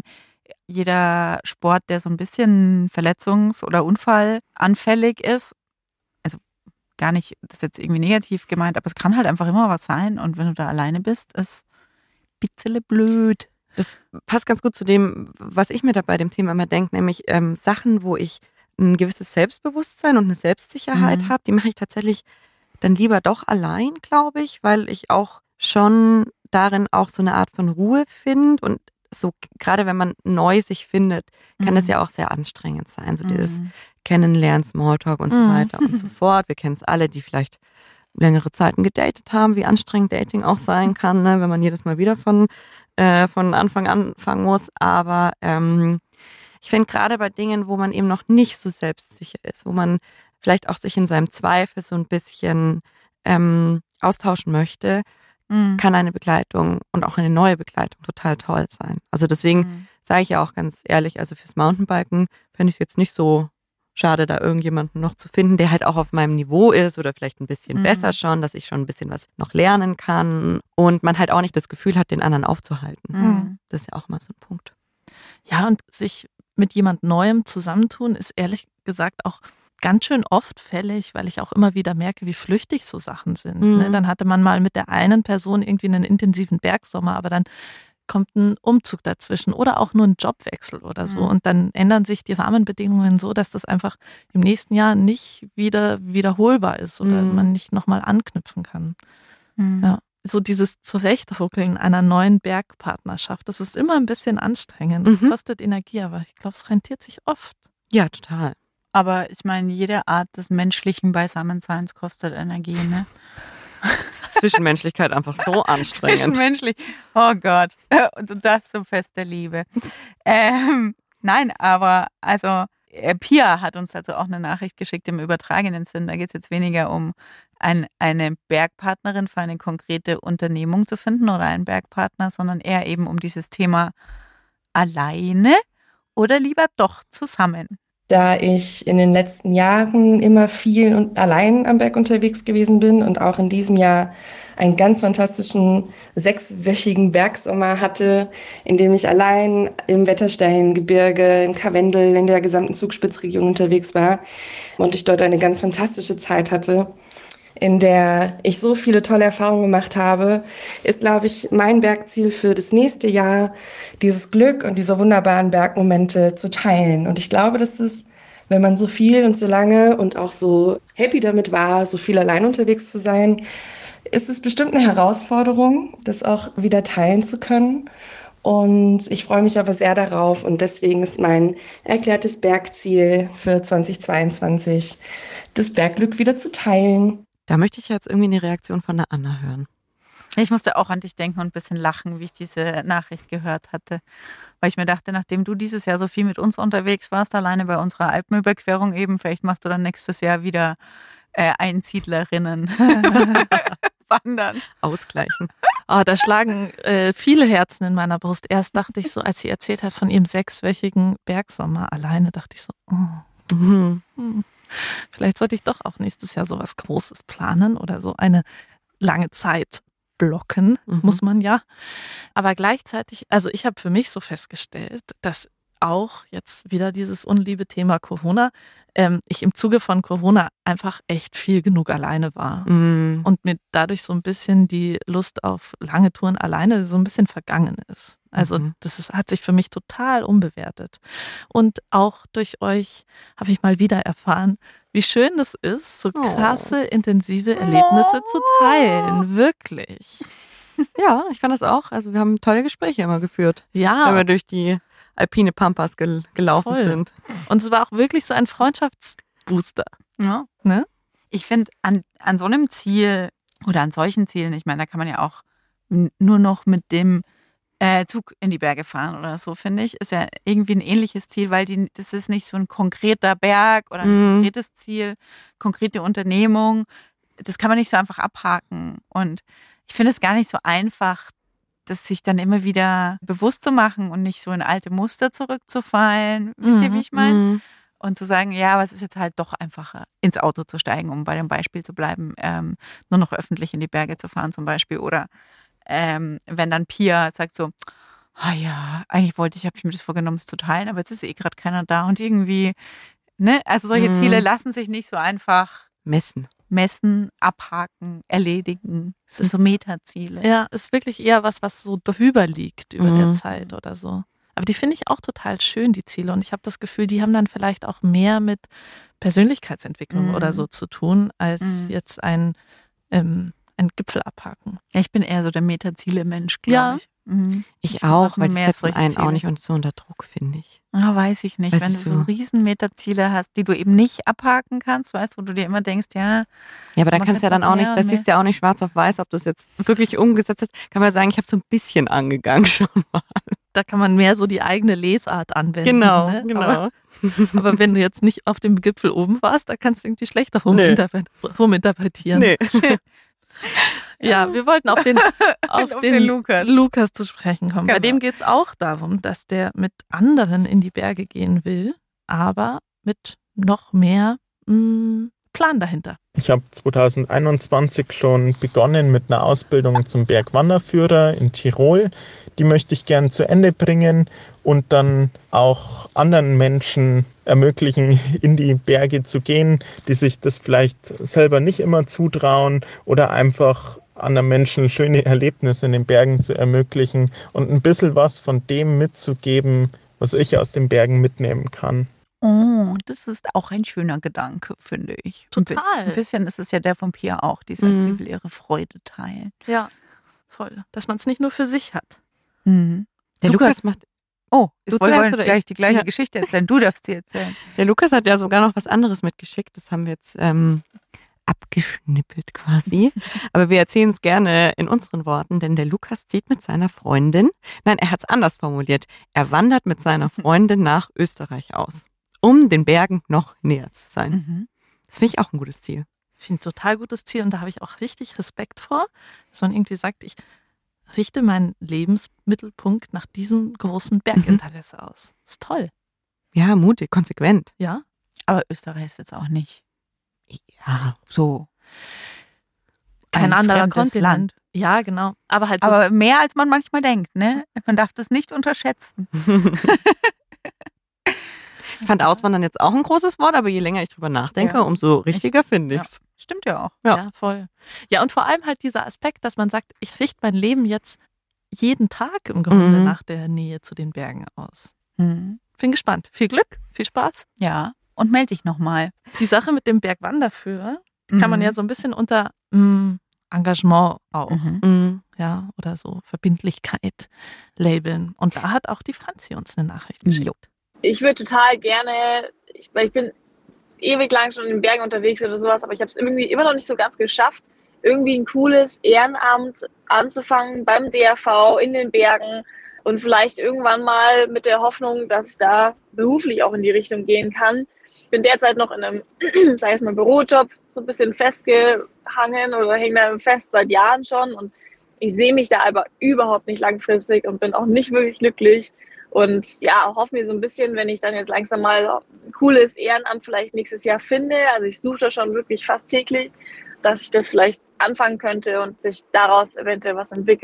B: jeder Sport, der so ein bisschen verletzungs- oder unfallanfällig ist, also gar nicht, das ist jetzt irgendwie negativ gemeint, aber es kann halt einfach immer was sein und wenn du da alleine bist, ist ein bisschen blöd.
D: Das passt ganz gut zu dem, was ich mir da bei dem Thema immer denke, nämlich Sachen, wo ich ein gewisses Selbstbewusstsein und eine Selbstsicherheit habe, die mache ich tatsächlich dann lieber doch allein, glaube ich, weil ich auch schon darin auch so eine Art von Ruhe finde und so, gerade wenn man neu sich findet, kann das ja auch sehr anstrengend sein, so dieses Kennenlernen, Smalltalk und so weiter und so fort. Wir kennen es alle, die vielleicht längere Zeiten gedatet haben, wie anstrengend Dating auch sein kann, ne, wenn man jedes Mal wieder von Anfang an anfangen muss, aber ich finde gerade bei Dingen, wo man eben noch nicht so selbstsicher ist, wo man vielleicht auch sich in seinem Zweifel so ein bisschen austauschen möchte, kann eine Begleitung und auch eine neue Begleitung total toll sein. Also deswegen sage ich ja auch ganz ehrlich, also fürs Mountainbiken fände ich es jetzt nicht so schade, da irgendjemanden noch zu finden, der halt auch auf meinem Niveau ist oder vielleicht ein bisschen besser schon, dass ich schon ein bisschen was noch lernen kann und man halt auch nicht das Gefühl hat, den anderen aufzuhalten. Das ist ja auch mal so ein Punkt.
G: Ja, und sich mit jemand Neuem zusammentun, ist ehrlich gesagt auch ganz schön oft fällig, weil ich auch immer wieder merke, wie flüchtig so Sachen sind. Ne? Dann hatte man mal mit der einen Person irgendwie einen intensiven Bergsommer, aber dann kommt ein Umzug dazwischen oder auch nur ein Jobwechsel oder so. Und dann ändern sich die Rahmenbedingungen so, dass das einfach im nächsten Jahr nicht wieder wiederholbar ist oder man nicht nochmal anknüpfen kann. Ja. So dieses Zurechtruckeln einer neuen Bergpartnerschaft, das ist immer ein bisschen anstrengend, kostet Energie, aber ich glaube, es rentiert sich oft.
D: Ja, total.
B: Aber ich meine, jede Art des menschlichen Beisammenseins kostet Energie, ne?
D: Zwischenmenschlichkeit einfach so anstrengend.
B: Zwischenmenschlich, oh Gott. Und das zum Fest der Liebe. Nein, aber also Pia hat uns also auch eine Nachricht geschickt im übertragenen Sinn. Da geht es jetzt weniger um eine Bergpartnerin für eine konkrete Unternehmung zu finden oder einen Bergpartner, sondern eher eben um dieses Thema alleine oder lieber doch zusammen.
M: Da ich in den letzten Jahren immer viel und allein am Berg unterwegs gewesen bin und auch in diesem Jahr einen ganz fantastischen 6-wöchigen Bergsommer hatte, in dem ich allein im Wettersteingebirge, im Karwendel, in der gesamten Zugspitzregion unterwegs war und ich dort eine ganz fantastische Zeit hatte, in der ich so viele tolle Erfahrungen gemacht habe, ist, glaube ich, mein Bergziel für das nächste Jahr, dieses Glück und diese wunderbaren Bergmomente zu teilen. Und ich glaube, dass es, wenn man so viel und so lange und auch so happy damit war, so viel allein unterwegs zu sein, ist es bestimmt eine Herausforderung, das auch wieder teilen zu können. Und ich freue mich aber sehr darauf und deswegen ist mein erklärtes Bergziel für 2022, das Bergglück wieder zu teilen.
D: Da möchte ich jetzt irgendwie eine Reaktion von der Anna hören.
B: Ich musste auch an dich denken und ein bisschen lachen, wie ich diese Nachricht gehört hatte. Weil ich mir dachte, nachdem du dieses Jahr so viel mit uns unterwegs warst, alleine bei unserer Alpenüberquerung eben, vielleicht machst du dann nächstes Jahr wieder Einsiedlerinnen wandern.
D: Ausgleichen.
G: Oh, da schlagen viele Herzen in meiner Brust. Erst dachte ich so, als sie erzählt hat von ihrem 6-wöchigen Bergsommer alleine, dachte ich so, vielleicht sollte ich doch auch nächstes Jahr so was Großes planen oder so eine lange Zeit blocken, muss man ja. Aber gleichzeitig, also ich habe für mich so festgestellt, dass auch jetzt wieder dieses unliebe Thema Corona, ich im Zuge von Corona einfach echt viel genug alleine war. Und mir dadurch so ein bisschen die Lust auf lange Touren alleine so ein bisschen vergangen ist. Also hat sich für mich total umbewertet. Und auch durch euch habe ich mal wieder erfahren, wie schön es ist, so krasse, intensive Erlebnisse zu teilen. Wirklich.
D: Ja, ich fand das auch. Also wir haben tolle Gespräche immer geführt.
G: Ja.
D: Wenn wir durch die alpine Pampas gelaufen sind.
G: Und es war auch wirklich so ein Freundschaftsbooster.
B: Ja.
G: Ne?
B: Ich finde, an so einem Ziel oder an solchen Zielen, ich meine, da kann man ja auch nur noch mit dem Zug in die Berge fahren oder so, finde ich, ist ja irgendwie ein ähnliches Ziel, weil das ist nicht so ein konkreter Berg oder ein konkretes Ziel, konkrete Unternehmung. Das kann man nicht so einfach abhaken. Und ich finde es gar nicht so einfach, das sich dann immer wieder bewusst zu machen und nicht so in alte Muster zurückzufallen. Wisst ihr, wie ich meine? Und zu sagen, ja, aber es ist jetzt halt doch einfacher, ins Auto zu steigen, um bei dem Beispiel zu bleiben, nur noch öffentlich in die Berge zu fahren zum Beispiel. Oder wenn dann Pia sagt so, ja, eigentlich habe ich mir das vorgenommen, es zu teilen, aber jetzt ist gerade keiner da und irgendwie, ne? Also solche Ziele lassen sich nicht so einfach messen, abhaken, erledigen. Das sind so Metaziele.
G: Ja, ist wirklich eher was so drüber liegt über der Zeit oder so. Aber die finde ich auch total schön, die Ziele. Und ich habe das Gefühl, die haben dann vielleicht auch mehr mit Persönlichkeitsentwicklung oder so zu tun, als jetzt ein Gipfel abhaken.
B: Ja, ich bin eher so der Metaziele-Mensch, glaube ich.
D: Ich auch, weil die setzen einen auch nicht so unter Druck, finde ich.
B: Weiß ich nicht. Wenn du so riesen Metaziele hast, die du eben nicht abhaken kannst, weißt du, wo du dir immer denkst, ja.
D: Ja, aber da kannst du ja dann auch nicht, das siehst du ja auch nicht schwarz auf weiß, ob du es jetzt wirklich umgesetzt hast. Kann man sagen, ich habe so ein bisschen angegangen schon mal.
G: Da kann man mehr so die eigene Lesart anwenden.
D: Genau,
G: ne?
D: genau.
G: Aber wenn du jetzt nicht auf dem Gipfel oben warst, da kannst du irgendwie schlechter ruminterpretieren.
D: Nee.
G: Ja, wir wollten auf den Lukas zu sprechen kommen. Genau. Bei dem geht es auch darum, dass der mit anderen in die Berge gehen will, aber mit noch mehr Plan dahinter.
N: Ich habe 2021 schon begonnen mit einer Ausbildung zum Bergwanderführer in Tirol. Die möchte ich gern zu Ende bringen und dann auch anderen Menschen ermöglichen, in die Berge zu gehen, die sich das vielleicht selber nicht immer zutrauen oder einfach anderen Menschen schöne Erlebnisse in den Bergen zu ermöglichen und ein bisschen was von dem mitzugeben, was ich aus den Bergen mitnehmen kann.
B: Oh, das ist auch ein schöner Gedanke, finde ich.
G: Total.
B: Ein bisschen ist es ja der von Pia auch, die sagt, sie will ihre Freude teilen.
G: Ja, voll. Dass man es nicht nur für sich hat.
D: Der Lukas macht...
B: Oh, ich wollte gleich die gleiche Geschichte erzählen. Du darfst sie erzählen.
D: Der Lukas hat ja sogar noch was anderes mitgeschickt. Das haben wir jetzt abgeschnippelt quasi. Aber wir erzählen es gerne in unseren Worten, denn der Lukas zieht mit seiner Freundin, nein, er hat es anders formuliert, er wandert mit seiner Freundin nach Österreich aus, um den Bergen noch näher zu sein. Das finde ich auch ein gutes Ziel.
G: Ich finde ein total gutes Ziel und da habe ich auch richtig Respekt vor, dass man irgendwie sagt, ich richte meinen Lebensmittelpunkt nach diesem großen Berginteresse aus. Das ist toll.
D: Ja, mutig, konsequent.
G: Ja.
B: Aber Österreich ist jetzt auch nicht
D: so
G: kein anderer Kontinent. Ja, genau. Aber halt so.
B: Aber mehr als man manchmal denkt, ne? Man darf das nicht unterschätzen.
D: Ich fand Auswandern jetzt auch ein großes Wort, aber je länger ich drüber nachdenke, umso richtiger finde ich es.
B: Ja. Stimmt ja auch.
G: Ja, voll. Ja, und vor allem halt dieser Aspekt, dass man sagt, ich richte mein Leben jetzt jeden Tag im Grunde nach der Nähe zu den Bergen aus. Bin gespannt. Viel Glück, viel Spaß.
B: Ja, und melde dich nochmal.
G: Die Sache mit dem Bergwanderführer kann man ja so ein bisschen unter Engagement auch, ja, oder so Verbindlichkeit labeln. Und da hat auch die Franzi uns eine Nachricht geschickt.
O: Ich würde total gerne, weil ich bin ewig lang schon in den Bergen unterwegs oder sowas, aber ich habe es irgendwie immer noch nicht so ganz geschafft, irgendwie ein cooles Ehrenamt anzufangen beim DRV in den Bergen und vielleicht irgendwann mal mit der Hoffnung, dass ich da beruflich auch in die Richtung gehen kann. Ich bin derzeit noch in einem, sag ich mal, Bürojob so ein bisschen festgehangen oder hänge da fest seit Jahren schon und ich sehe mich da aber überhaupt nicht langfristig und bin auch nicht wirklich glücklich. Und ja, hoffe mir so ein bisschen, wenn ich dann jetzt langsam mal ein cooles Ehrenamt vielleicht nächstes Jahr finde, also ich suche da schon wirklich fast täglich, dass ich das vielleicht anfangen könnte und sich daraus eventuell was entwickelt.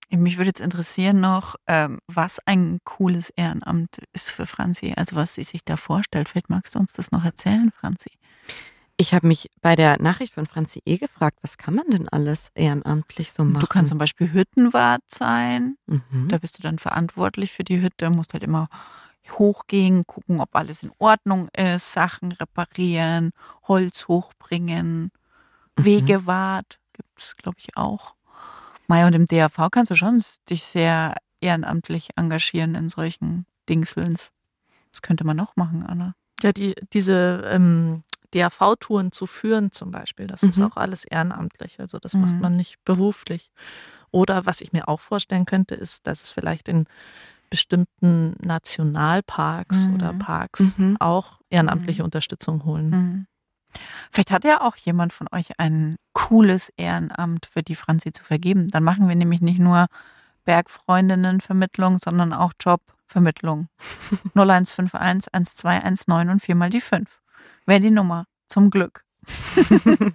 B: Mich würde jetzt interessieren noch, was ein cooles Ehrenamt ist für Franzi. Also was sie sich da vorstellt. Vielleicht magst du uns das noch erzählen, Franzi.
D: Ich habe mich bei der Nachricht von Franzi gefragt, was kann man denn alles ehrenamtlich so machen?
B: Du kannst zum Beispiel Hüttenwart sein. Da bist du dann verantwortlich für die Hütte. Musst halt immer hochgehen, gucken, ob alles in Ordnung ist, Sachen reparieren, Holz hochbringen, Wegewart gibt es, glaube ich, auch. Mei, und im DAV kannst du schon dich sehr ehrenamtlich engagieren in solchen Dingselns. Was könnte man noch machen, Anna?
G: Ja, diese DAV-Touren zu führen zum Beispiel, das ist auch alles ehrenamtlich. Also das macht man nicht beruflich. Oder was ich mir auch vorstellen könnte, ist, dass es vielleicht in bestimmten Nationalparks oder Parks auch ehrenamtliche Unterstützung holen.
B: Vielleicht hat ja auch jemand von euch ein cooles Ehrenamt für die Franzi zu vergeben. Dann machen wir nämlich nicht nur Bergfreundinnenvermittlung, sondern auch Jobvermittlung. 0151 1219 und 4 mal die 5. Wäre die Nummer. Zum Glück. Es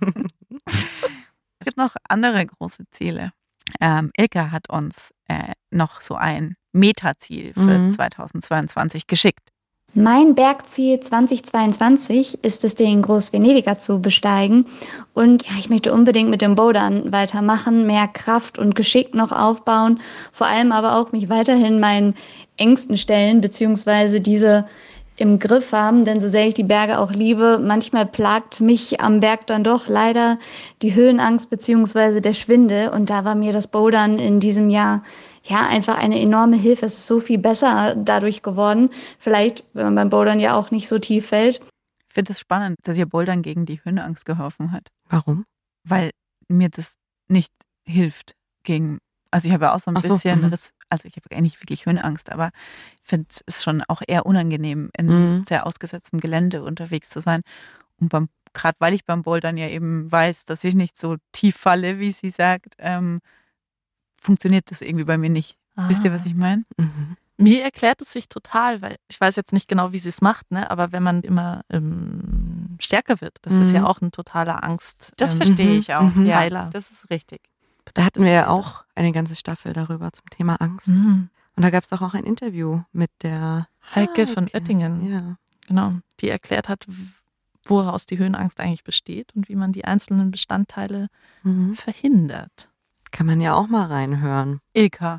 B: gibt noch andere große Ziele. Ilka hat uns noch so ein Metaziel für 2022 geschickt.
P: Mein Bergziel 2022 ist es, den Groß-Venediger zu besteigen. Und ja, ich möchte unbedingt mit dem Bouldern weitermachen, mehr Kraft und Geschick noch aufbauen. Vor allem aber auch mich weiterhin meinen Ängsten stellen, beziehungsweise diese im Griff haben. Denn so sehr ich die Berge auch liebe, manchmal plagt mich am Berg dann doch leider die Höhenangst beziehungsweise der Schwindel. Und da war mir das Bouldern in diesem Jahr ja einfach eine enorme Hilfe. Es ist so viel besser dadurch geworden. Vielleicht, wenn man beim Bouldern ja auch nicht so tief fällt.
B: Ich finde es spannend, dass ihr Bouldern gegen die Höhenangst geholfen hat.
D: Warum?
B: Weil mir das nicht hilft gegen, also ich habe ja auch so ein bisschen, also ich habe gar nicht wirklich Höhenangst, aber ich finde es schon auch eher unangenehm, in sehr ausgesetztem Gelände unterwegs zu sein. Und gerade weil ich beim Bouldern ja eben weiß, dass ich nicht so tief falle, wie sie sagt, funktioniert das irgendwie bei mir nicht. Wisst ihr, was ich meine?
G: Mir erklärt es sich total, weil ich weiß jetzt nicht genau, wie sie es macht, ne? Aber wenn man immer stärker wird, das ist ja auch ein totaler Angst.
B: Das verstehe ich auch.
G: Ja,
B: das ist richtig.
D: Da hatten wir ja auch eine ganze Staffel darüber zum Thema Angst. Und da gab es auch ein Interview mit der
G: Heike von Oettingen.
D: Ja.
G: Genau, die erklärt hat, woraus die Höhenangst eigentlich besteht und wie man die einzelnen Bestandteile verhindert.
D: Kann man ja auch mal reinhören.
B: Ilka.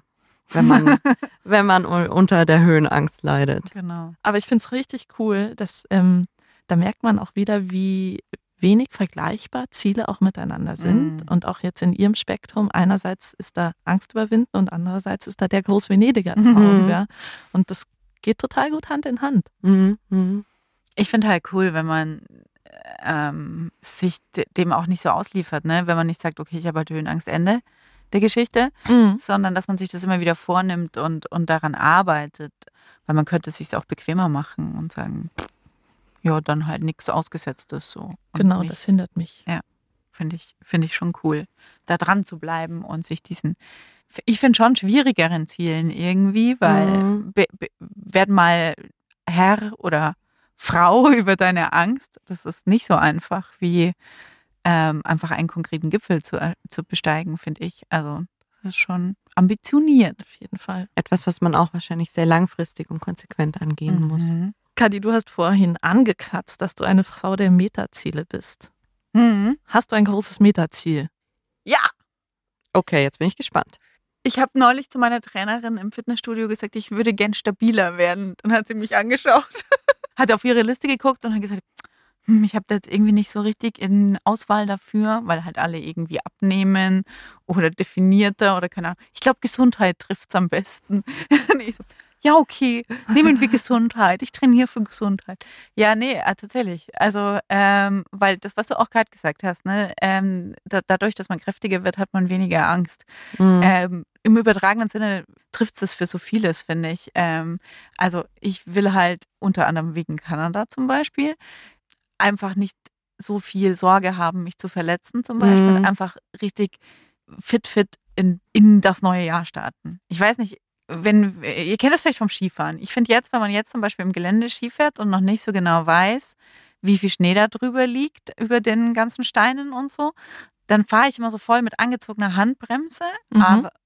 D: Wenn man unter der Höhenangst leidet.
B: Genau.
G: Aber ich finde es richtig cool, dass da merkt man auch wieder, wie wenig vergleichbar Ziele auch miteinander sind. Und auch jetzt in ihrem Spektrum, einerseits ist da Angst überwinden und andererseits ist da der Groß-Venediger Traum. Ja? Und das geht total gut Hand in Hand.
B: Ich finde halt cool, wenn man sich dem auch nicht so ausliefert, ne? Wenn man nicht sagt, okay, ich habe halt Höhenangst, Ende der Geschichte, sondern dass man sich das immer wieder vornimmt und daran arbeitet. Weil man könnte es sich auch bequemer machen und sagen, ja, dann halt nichts Ausgesetztes so.
G: Genau, das hindert mich.
B: Ja, finde ich schon cool, da dran zu bleiben und sich diesen, ich finde schon schwierigeren Zielen irgendwie, weil werd mal Herr oder Frau über deine Angst, das ist nicht so einfach wie einfach einen konkreten Gipfel zu besteigen, finde ich. Also das ist schon ambitioniert.
G: Auf jeden Fall.
D: Etwas, was man auch wahrscheinlich sehr langfristig und konsequent angehen muss.
G: Kadi, du hast vorhin angekratzt, dass du eine Frau der Metaziele bist. Hast du ein großes Metaziel?
B: Ja!
D: Okay, jetzt bin ich gespannt.
B: Ich habe neulich zu meiner Trainerin im Fitnessstudio gesagt, ich würde gern stabiler werden. Dann hat sie mich angeschaut, hat auf ihre Liste geguckt und hat gesagt, ich habe da jetzt irgendwie nicht so richtig in Auswahl dafür, weil halt alle irgendwie abnehmen oder definierter oder keine Ahnung. Ich glaube, Gesundheit trifft es am besten. Ich so, ja, okay, nehmen wir Gesundheit. Ich trainiere für Gesundheit. Ja, nee, tatsächlich. Also, weil das, was du auch gerade gesagt hast, ne, dadurch, dass man kräftiger wird, hat man weniger Angst. Im übertragenen Sinne trifft es für so vieles, finde ich. Also, ich will halt unter anderem wegen Kanada zum Beispiel einfach nicht so viel Sorge haben, mich zu verletzen zum Beispiel. Einfach richtig fit in das neue Jahr starten. Ich weiß nicht, ihr kennt das vielleicht vom Skifahren. Ich finde jetzt, wenn man jetzt zum Beispiel im Gelände Ski fährt und noch nicht so genau weiß, wie viel Schnee da drüber liegt, über den ganzen Steinen und so, dann fahre ich immer so voll mit angezogener Handbremse, aber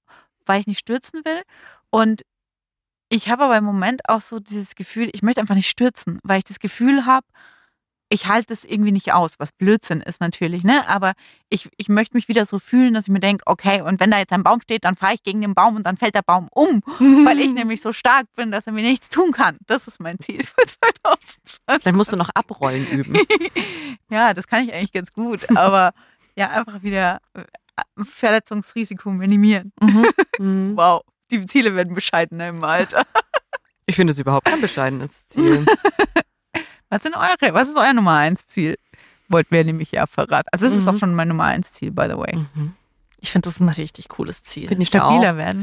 B: weil ich nicht stürzen will. Und ich habe aber im Moment auch so dieses Gefühl, ich möchte einfach nicht stürzen, weil ich das Gefühl habe, ich halte es irgendwie nicht aus, was Blödsinn ist natürlich, ne? Aber ich möchte mich wieder so fühlen, dass ich mir denke, okay, und wenn da jetzt ein Baum steht, dann fahre ich gegen den Baum und dann fällt der Baum um, weil ich nämlich so stark bin, dass er mir nichts tun kann. Das ist mein Ziel für 2020.
D: Dann musst du noch abrollen üben.
B: Ja, das kann ich eigentlich ganz gut, aber ja, einfach wieder Verletzungsrisiko minimieren. Wow, die Ziele werden bescheidener im Alter.
D: Ich finde es überhaupt kein bescheidenes Ziel.
B: Was ist euer Nummer 1 Ziel? Wollten wir nämlich ja verraten. Also das ist auch schon mein Nummer 1 Ziel, by the way.
G: Ich finde, das ist ein richtig cooles Ziel.
B: Finde ich stabiler werden.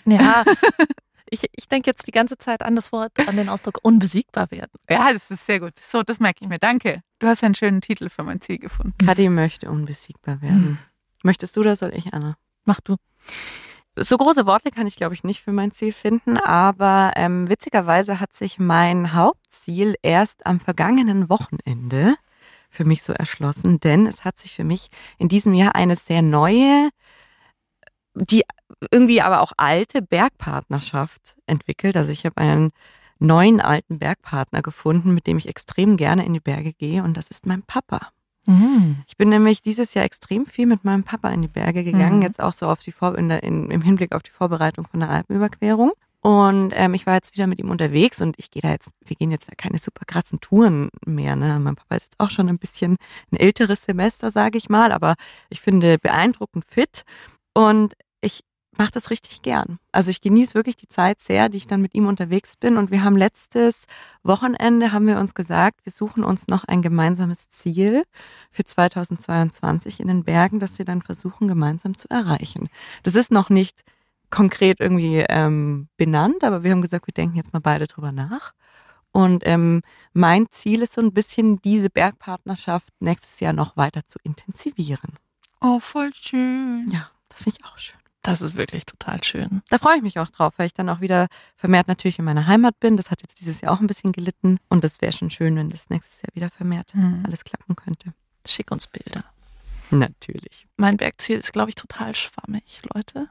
G: Ich denke jetzt die ganze Zeit an den Ausdruck unbesiegbar werden.
B: Ja, das ist sehr gut. So, das merke ich mir. Danke. Du hast ja einen schönen Titel für mein Ziel gefunden.
D: Kadi möchte unbesiegbar werden. Möchtest du oder soll ich, Anna?
G: Mach du.
D: So große Worte kann ich, glaube ich, nicht für mein Ziel finden, aber witzigerweise hat sich mein Hauptziel erst am vergangenen Wochenende für mich so erschlossen, denn es hat sich für mich in diesem Jahr eine sehr neue, die irgendwie aber auch alte Bergpartnerschaft entwickelt. Also ich habe einen neuen alten Bergpartner gefunden, mit dem ich extrem gerne in die Berge gehe, und das ist mein Papa. Ich bin nämlich dieses Jahr extrem viel mit meinem Papa in die Berge gegangen, jetzt auch so auf im Hinblick auf die Vorbereitung von der Alpenüberquerung. Und ich war jetzt wieder mit ihm unterwegs und wir gehen jetzt da keine super krassen Touren mehr. Ne? Mein Papa ist jetzt auch schon ein älteres Semester, sage ich mal, aber ich finde beeindruckend fit und ich mache das richtig gern. Also ich genieße wirklich die Zeit sehr, die ich dann mit ihm unterwegs bin. Und wir haben letztes Wochenende uns gesagt, wir suchen uns noch ein gemeinsames Ziel für 2022 in den Bergen, das wir dann versuchen gemeinsam zu erreichen. Das ist noch nicht konkret irgendwie benannt, aber wir haben gesagt, wir denken jetzt mal beide drüber nach. Und mein Ziel ist so ein bisschen, diese Bergpartnerschaft nächstes Jahr noch weiter zu intensivieren.
B: Oh, voll schön.
D: Ja, das finde ich auch schön.
G: Das ist wirklich total schön.
D: Da freue ich mich auch drauf, weil ich dann auch wieder vermehrt natürlich in meiner Heimat bin. Das hat jetzt dieses Jahr auch ein bisschen gelitten. Und das wäre schon schön, wenn das nächstes Jahr wieder vermehrt alles klappen könnte.
G: Schick uns Bilder.
D: Natürlich.
G: Mein Bergziel ist, glaube ich, total schwammig, Leute.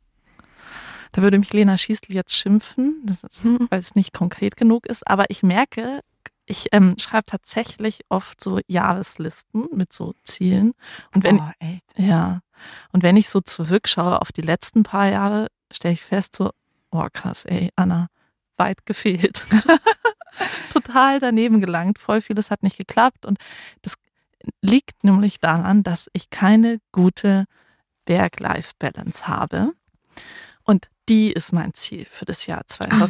G: Da würde mich Lena Schiestl jetzt schimpfen, weil es nicht konkret genug ist. Aber ich merke, ich schreibe tatsächlich oft so Jahreslisten mit so Zielen. Und wenn ich so zurückschaue auf die letzten paar Jahre, stelle ich fest so, oh krass, ey, Anna, weit gefehlt. Total daneben gelangt, voll vieles hat nicht geklappt. Und das liegt nämlich daran, dass ich keine gute Work-Life-Balance habe. Und die ist mein Ziel für das Jahr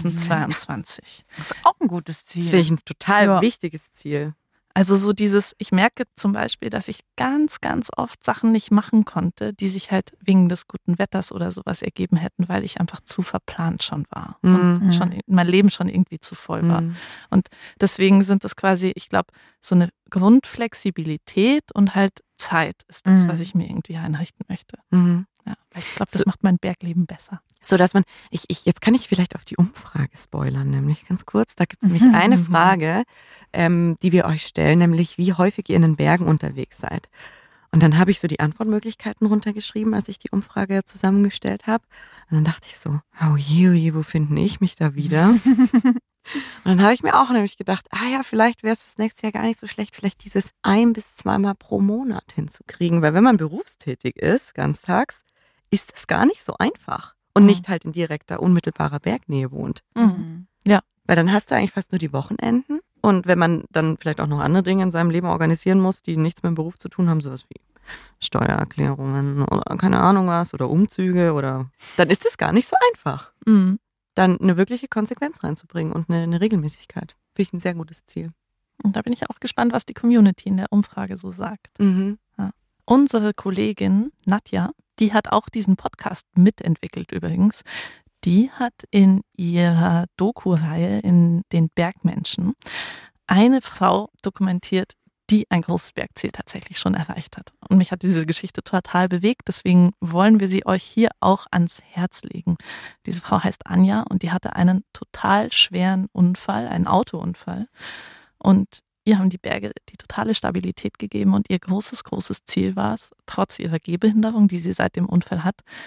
G: 2022.
B: Das ist auch ein gutes Ziel.
D: Das finde ich ein total wichtiges Ziel.
G: Also so ich merke zum Beispiel, dass ich ganz, ganz oft Sachen nicht machen konnte, die sich halt wegen des guten Wetters oder sowas ergeben hätten, weil ich einfach zu verplant schon war und schon mein Leben schon irgendwie zu voll war. Und deswegen sind das quasi, ich glaube, so eine Grundflexibilität und halt Zeit ist das, was ich mir irgendwie einrichten möchte. Ja, ich glaube, das macht mein Bergleben besser.
D: So dass jetzt kann ich vielleicht auf die Umfrage spoilern, nämlich ganz kurz. Da gibt es nämlich eine Frage, die wir euch stellen, nämlich wie häufig ihr in den Bergen unterwegs seid. Und dann habe ich so die Antwortmöglichkeiten runtergeschrieben, als ich die Umfrage zusammengestellt habe. Und dann dachte ich so, oh je, wo finde ich mich da wieder? Und dann habe ich mir auch nämlich gedacht, vielleicht wäre es fürs nächste Jahr gar nicht so schlecht, vielleicht dieses 1- bis 2-mal pro Monat hinzukriegen. Weil wenn man berufstätig ist, ganztags, ist es gar nicht so einfach. Und nicht halt in direkter, unmittelbarer Bergnähe wohnt.
G: Ja.
D: Weil dann hast du eigentlich fast nur die Wochenenden. Und wenn man dann vielleicht auch noch andere Dinge in seinem Leben organisieren muss, die nichts mit dem Beruf zu tun haben, sowas wie Steuererklärungen oder keine Ahnung was oder Umzüge dann ist es gar nicht so einfach, dann eine wirkliche Konsequenz reinzubringen und eine Regelmäßigkeit. Finde ich ein sehr gutes Ziel.
G: Und da bin ich auch gespannt, was die Community in der Umfrage so sagt. Ja. Unsere Kollegin Nadja, die hat auch diesen Podcast mitentwickelt übrigens. Die hat in ihrer Doku-Reihe in den Bergmenschen eine Frau dokumentiert, die ein großes Bergziel tatsächlich schon erreicht hat. Und mich hat diese Geschichte total bewegt. Deswegen wollen wir sie euch hier auch ans Herz legen. Diese Frau heißt Anja und die hatte einen total schweren Unfall, einen Autounfall. Und ihr haben die Berge die totale Stabilität gegeben und ihr großes Ziel war es, trotz ihrer Gehbehinderung, die sie seit dem Unfall hat,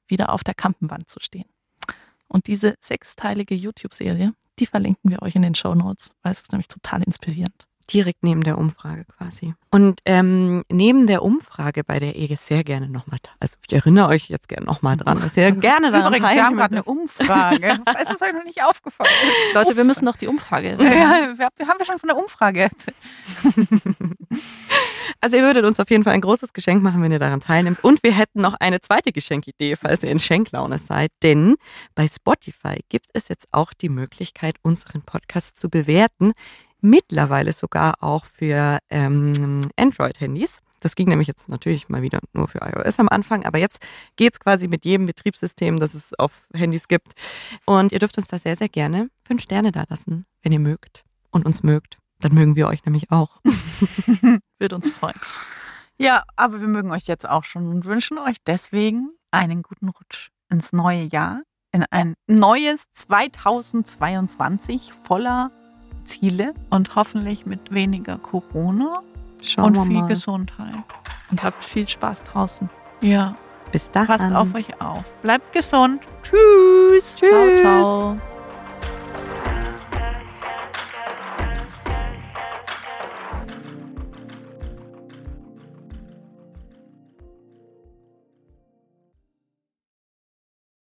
G: wieder auf der Kampenwand zu stehen. Und diese 6-teilige YouTube-Serie, die verlinken wir euch in den Shownotes, weil es ist nämlich total inspirierend.
D: Direkt neben der Umfrage quasi. Und neben der Umfrage, bei der ihr sehr gerne nochmal, also ich erinnere euch jetzt gerne nochmal dran, dass ihr gerne daran
A: Übrigens, wir haben gerade eine Umfrage, falls es euch noch nicht aufgefallen ist.
G: Leute, wir müssen noch die Umfrage.
A: Ja, haben wir schon von der Umfrage erzählt.
D: Also ihr würdet uns auf jeden Fall ein großes Geschenk machen, wenn ihr daran teilnehmt. Und wir hätten noch eine zweite Geschenkidee, falls ihr in Schenklaune seid. Denn bei Spotify gibt es jetzt auch die Möglichkeit, unseren Podcast zu bewerten. Mittlerweile sogar auch für Android-Handys. Das ging nämlich jetzt natürlich mal wieder nur für iOS am Anfang, aber jetzt geht es quasi mit jedem Betriebssystem, das es auf Handys gibt. Und ihr dürft uns da sehr, sehr gerne 5 Sterne da lassen, wenn ihr mögt und uns mögt. Dann mögen wir euch nämlich auch.
G: Würde uns freuen.
A: Ja, aber wir mögen euch jetzt auch schon und wünschen euch deswegen einen guten Rutsch ins neue Jahr, in ein neues 2022 voller Ziele und hoffentlich mit weniger Corona und viel Gesundheit.
G: Und habt viel Spaß draußen.
A: Ja.
D: Bis dahin.
A: Passt auf euch auf. Bleibt gesund. Tschüss.
G: Ciao, ciao.